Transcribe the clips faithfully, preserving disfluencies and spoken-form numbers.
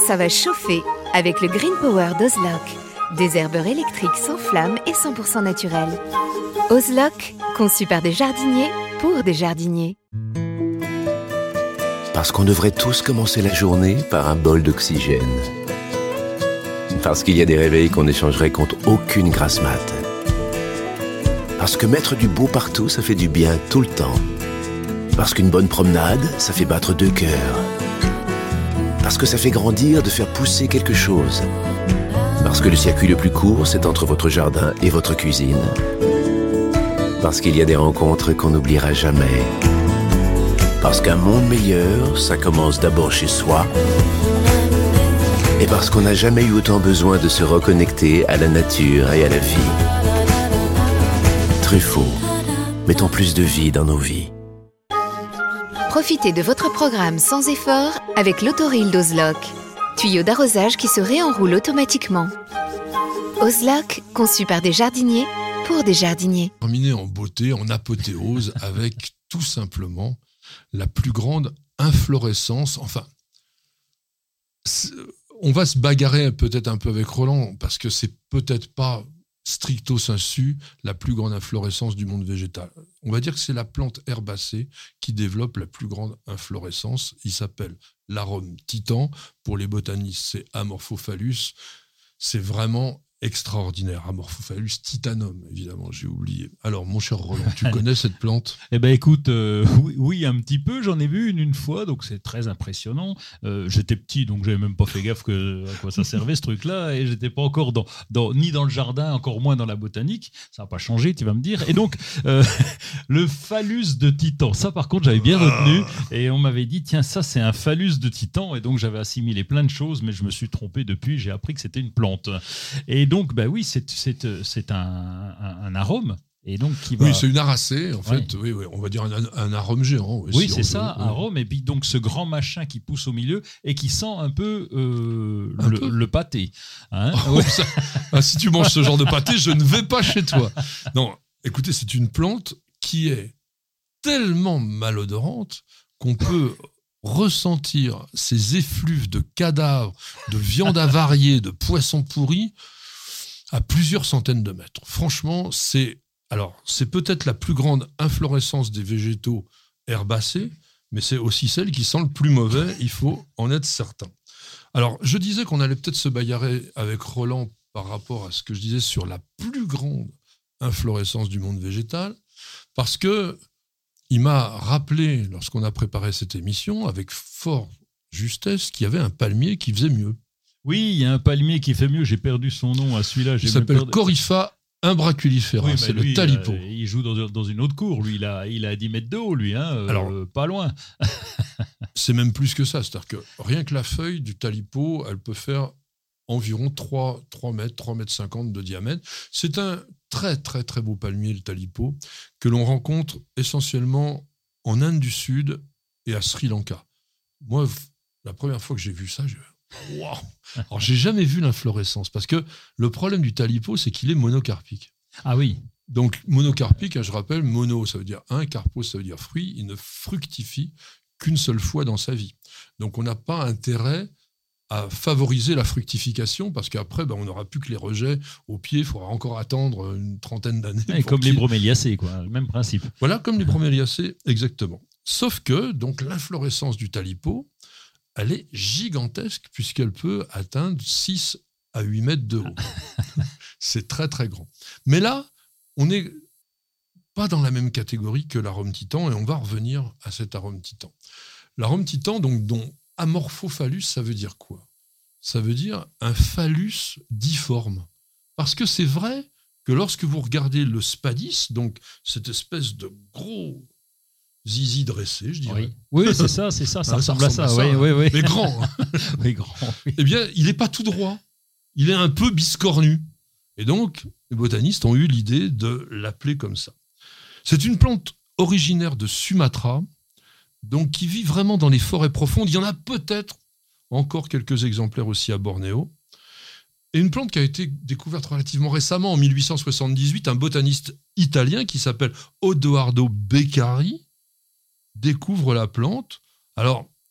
ça va chauffer avec le Green Power d'Ozlock. Des herbeurs électriques sans flamme et cent pour cent naturels. Ozlock, conçu par des jardiniers pour des jardiniers. Parce qu'on devrait tous commencer la journée par un bol d'oxygène. Parce qu'il y a des réveils qu'on échangerait contre aucune grasse mat. Parce que mettre du beau partout, ça fait du bien tout le temps. Parce qu'une bonne promenade, ça fait battre deux cœurs. Parce que ça fait grandir de faire pousser quelque chose. Parce que le circuit le plus court, c'est entre votre jardin et votre cuisine. Parce qu'il y a des rencontres qu'on n'oubliera jamais. Parce qu'un monde meilleur, ça commence d'abord chez soi. Et parce qu'on n'a jamais eu autant besoin de se reconnecter à la nature et à la vie. Truffaut, mettons plus de vie dans nos vies. Profitez de votre programme sans effort avec l'autoril d'Ozlock. Tuyau d'arrosage qui se réenroule automatiquement. Ozlock, conçu par des jardiniers pour des jardiniers. Terminé en beauté, en apothéose, avec tout simplement la plus grande inflorescence. Enfin, on va se bagarrer peut-être un peu avec Roland, parce que c'est peut-être pas stricto sensu la plus grande inflorescence du monde végétal. On va dire que c'est la plante herbacée qui développe la plus grande inflorescence. Il s'appelle l'arôme titan. Pour les botanistes, c'est Amorphophallus. C'est vraiment extraordinaire. Amorphophallus titanum, évidemment, j'ai oublié. Alors, mon cher Roland, tu connais cette plante ? Eh ben, écoute, euh, oui, oui, un petit peu. J'en ai vu une une fois, donc c'est très impressionnant. Euh, j'étais petit, donc j'avais même pas fait gaffe que, à quoi ça servait ce truc-là, et j'étais pas encore dans, dans, ni dans le jardin, encore moins dans la botanique. Ça n'a pas changé, tu vas me dire. Et donc, euh, le phallus de Titan, ça par contre, j'avais bien retenu, et on m'avait dit, tiens, ça c'est un phallus de Titan, et donc j'avais assimilé plein de choses, mais je me suis trompé depuis. J'ai appris que c'était une plante. Et donc, bah oui, c'est, c'est, c'est un, un, un arôme. Et donc, qui va... Oui, c'est une aracée, en fait. Ouais. Oui, oui, on va dire un, un arôme géant. Oui, si c'est ça, veut. un arôme. Et puis, donc, ce grand machin qui pousse au milieu et qui sent un peu, euh, un le, peu le pâté. Hein oh, ouais. ça, ah, si tu manges ce genre de pâté, je ne vais pas chez toi. Non, écoutez, c'est une plante qui est tellement malodorante qu'on peut ressentir ces effluves de cadavres, de viande avariée, de poissons pourris à plusieurs centaines de mètres. Franchement, c'est, alors, c'est peut-être la plus grande inflorescence des végétaux herbacés, mais c'est aussi celle qui sent le plus mauvais, il faut en être certain. Alors, je disais qu'on allait peut-être se bagarrer avec Roland par rapport à ce que je disais sur la plus grande inflorescence du monde végétal, parce que il m'a rappelé, lorsqu'on a préparé cette émission, avec fort justesse, qu'il y avait un palmier qui faisait mieux. Oui, il y a un palmier qui fait mieux. J'ai perdu son nom à celui-là. Il s'appelle perdu... Corypha imbraculifera. Oui, c'est lui, le talipo. Euh, il joue dans, dans une autre cour. Lui, il a, il a dix mètres de haut, lui. Hein, euh, Alors, pas loin. C'est même plus que ça. C'est-à-dire que rien que la feuille du talipo, elle peut faire environ trois, trois mètres, trois mètres cinquante de diamètre. C'est un très, très, très beau palmier, le talipo, que l'on rencontre essentiellement en Inde du Sud et à Sri Lanka. Moi, la première fois que j'ai vu ça, j'ai wow. Alors, j'ai jamais vu l'inflorescence, parce que le problème du talipo, c'est qu'il est monocarpique. Ah oui. Donc, monocarpique, je rappelle, mono, ça veut dire un, carpos, ça veut dire fruit. Il ne fructifie qu'une seule fois dans sa vie. Donc, on n'a pas intérêt à favoriser la fructification, parce qu'après, ben, on n'aura plus que les rejets au pied. Il faudra encore attendre une trentaine d'années. Et comme les broméliacées, quoi, le même principe. Voilà, comme les broméliacées, exactement. Sauf que, donc, l'inflorescence du talipo, elle est gigantesque, puisqu'elle peut atteindre six à huit mètres de haut. C'est très, très grand. Mais là, on n'est pas dans la même catégorie que l'arôme titan, et on va revenir à cet arôme titan. L'arôme titan, donc, dont amorphophallus, ça veut dire quoi ? Ça veut dire un phallus difforme. Parce que c'est vrai que lorsque vous regardez le spadis, donc cette espèce de gros zizi dressé, je dirais. Oui, oui c'est ça, c'est ça, ça, ah, ressemble, ça ressemble à ça, à ça oui, hein. oui, oui. Mais grand. Oui, grand, oui. Eh bien, il n'est pas tout droit. Il est un peu biscornu. Et donc, les botanistes ont eu l'idée de l'appeler comme ça. C'est une plante originaire de Sumatra, donc qui vit vraiment dans les forêts profondes. Il y en a peut-être encore quelques exemplaires aussi à Bornéo. Et une plante qui a été découverte relativement récemment, en mille huit cent soixante-dix-huit, un botaniste italien qui s'appelle Odoardo Beccari découvre la plante. Alors,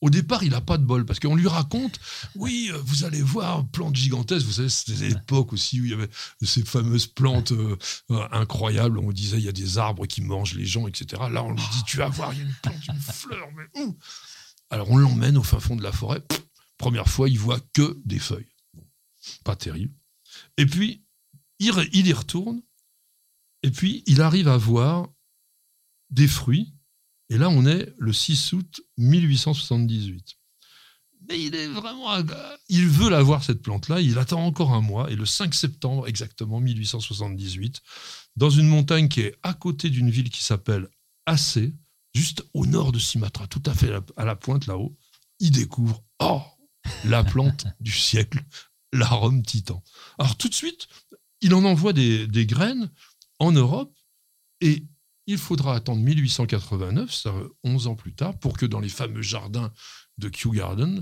au départ, il n'a pas de bol, parce qu'on lui raconte, oui, vous allez voir, plantes gigantesques, vous savez, c'était l'époque aussi où il y avait ces fameuses plantes euh, euh, incroyables, on disait, il y a des arbres qui mangent les gens, et cetera. Là, on lui dit, tu vas voir, il y a une plante, une fleur, mais... Ouh. Alors, on l'emmène au fin fond de la forêt. Pff, première fois, il voit que des feuilles. Pas terrible. Et puis, il, il y retourne, et puis, il arrive à voir des fruits. Et là, on est le six août mille huit cent soixante-dix-huit. Mais il est vraiment... Il veut la voir, cette plante-là. Il attend encore un mois. Et le cinq septembre, exactement, mille huit cent soixante-dix-huit, dans une montagne qui est à côté d'une ville qui s'appelle Aceh, juste au nord de Sumatra, tout à fait à la pointe là-haut, il découvre, oh, la plante du siècle, l'arum titan. Alors tout de suite, il en envoie des, des graines en Europe et il faudra attendre mille huit cent quatre-vingt-neuf, ça onze ans plus tard, pour que dans les fameux jardins de Kew Garden,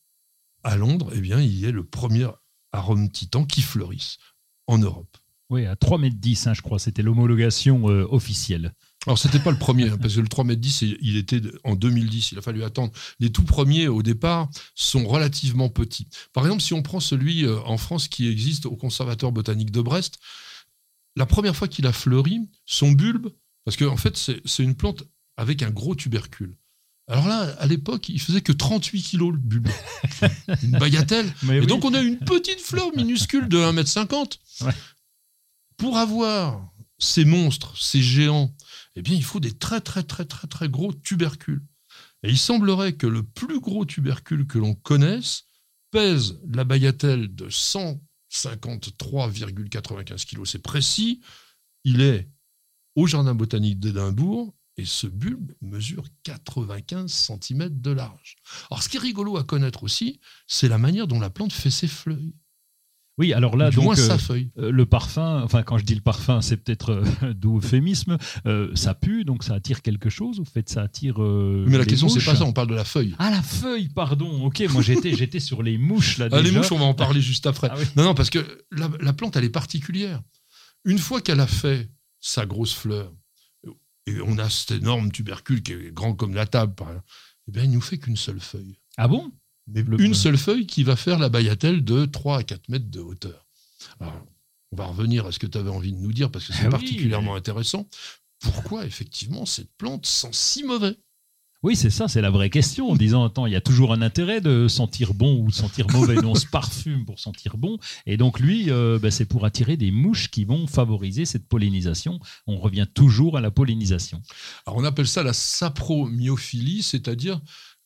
à Londres, eh bien, il y ait le premier arum titan qui fleurisse en Europe. Oui, à trois mètres dix, hein, je crois, c'était l'homologation euh, officielle. Alors, c'était pas le premier, hein, parce que le trois mètres dix, il était en deux mille dix, il a fallu attendre. Les tout premiers, au départ, sont relativement petits. Par exemple, si on prend celui euh, en France qui existe au Conservatoire botanique de Brest, la première fois qu'il a fleuri, son bulbe, parce qu'en en fait, c'est, c'est une plante avec un gros tubercule. Alors là, à l'époque, il faisait que trente-huit kilos le bulbe. Une bagatelle. Mais Et oui. Donc, on a une petite fleur minuscule de un mètre cinquante. Ouais. Pour avoir ces monstres, ces géants, eh bien, il faut des très, très, très, très, très gros tubercules. Et il semblerait que le plus gros tubercule que l'on connaisse pèse la bagatelle de cent cinquante-trois virgule quatre-vingt-quinze kilos. C'est précis. Il est au Jardin botanique d'Édimbourg et ce bulbe mesure quatre-vingt-quinze centimètres de large. Alors, ce qui est rigolo à connaître aussi, c'est la manière dont la plante fait ses feuilles. Oui, alors là, du donc, moins euh, sa feuille. Euh, le parfum, enfin, quand je dis le parfum, c'est peut-être euh, d'euphémisme, euh, ça pue, donc ça attire quelque chose, ou fait ça attire euh, Mais la les question, mouches. c'est pas ça, on parle de la feuille. Ah, la feuille, pardon, ok, moi j'étais, j'étais sur les mouches, là, ah, déjà. Les mouches, on va en parler juste après. Ah, oui. Non, non, parce que la, la plante, elle est particulière. Une fois qu'elle a fait sa grosse fleur, et on a cet énorme tubercule qui est grand comme la table, par exemple, eh bien, il ne nous fait qu'une seule feuille. Ah bon? Mais le... Une seule feuille qui va faire la bagatelle de trois à quatre mètres de hauteur. Alors, on va revenir à ce que tu avais envie de nous dire, parce que c'est ah particulièrement oui, mais... intéressant. Pourquoi, effectivement, cette plante sent si mauvais? Oui, c'est ça, c'est la vraie question, en disant, attends, il y a toujours un intérêt de sentir bon ou de sentir mauvais. Nous, on se parfume pour sentir bon. Et donc, lui, euh, bah, c'est pour attirer des mouches qui vont favoriser cette pollinisation. On revient toujours à la pollinisation. Alors, on appelle ça la sapromyophilie, c'est-à-dire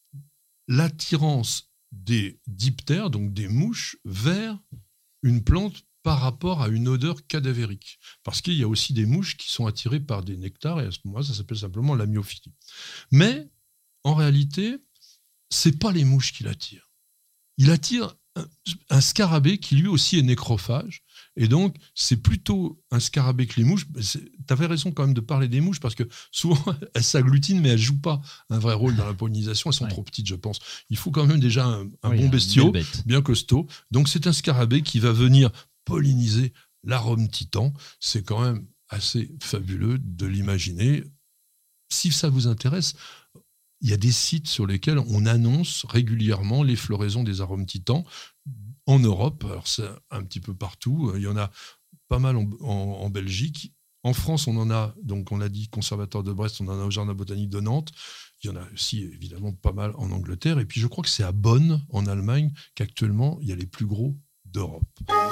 l'attirance des diptères, donc des mouches, vers une plante par rapport à une odeur cadavérique. Parce qu'il y a aussi des mouches qui sont attirées par des nectars, et à ce moment-là, ça s'appelle simplement la myophilie. Mais, en réalité, ce n'est pas les mouches qui l'attirent. Il attire un, un scarabée qui lui aussi est nécrophage, et donc c'est plutôt un scarabée que les mouches. Tu avais raison quand même de parler des mouches, parce que souvent elles s'agglutinent, mais elles ne jouent pas un vrai rôle dans la pollinisation, elles sont ouais. trop petites, je pense. Il faut quand même déjà un, un oui, bon bestiau, bien costaud. Donc c'est un scarabée qui va venir polliniser l'arum titan. C'est quand même assez fabuleux de l'imaginer. Si ça vous intéresse, il y a des sites sur lesquels on annonce régulièrement les floraisons des arums titans en Europe. Alors c'est un petit peu partout. Il y en a pas mal en, en, en Belgique. En France, on en a, donc on l'a dit, Conservatoire de Brest, on en a au Jardin botanique de Nantes. Il y en a aussi évidemment pas mal en Angleterre. Et puis je crois que c'est à Bonn, en Allemagne, qu'actuellement il y a les plus gros d'Europe.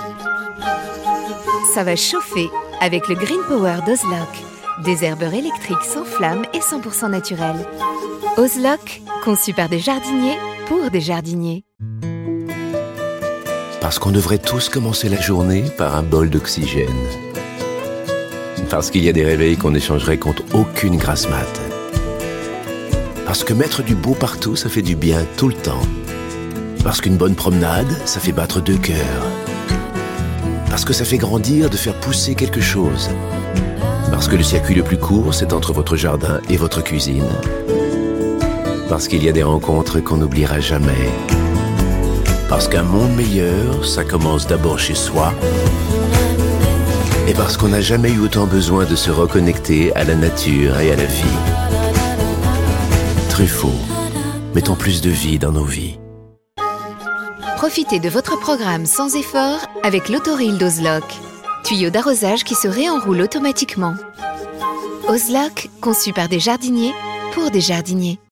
Ça va chauffer avec le Green Power d'Ozlock. Des herbeurs électriques sans flamme et cent pour cent naturels. Ozlock, conçu par des jardiniers pour des jardiniers. Parce qu'on devrait tous commencer la journée par un bol d'oxygène. Parce qu'il y a des réveils qu'on échangerait contre aucune grasse mat. Parce que mettre du beau partout, ça fait du bien tout le temps. Parce qu'une bonne promenade, ça fait battre deux cœurs. Parce que ça fait grandir de faire pousser quelque chose. Parce que le circuit le plus court, c'est entre votre jardin et votre cuisine. Parce qu'il y a des rencontres qu'on n'oubliera jamais. Parce qu'un monde meilleur, ça commence d'abord chez soi. Et parce qu'on n'a jamais eu autant besoin de se reconnecter à la nature et à la vie. Truffaut, mettons plus de vie dans nos vies. Profitez de votre programme sans effort avec l'autoril d'Ozlock. Tuyau d'arrosage qui se réenroule automatiquement. Ozlock, conçu par des jardiniers pour des jardiniers.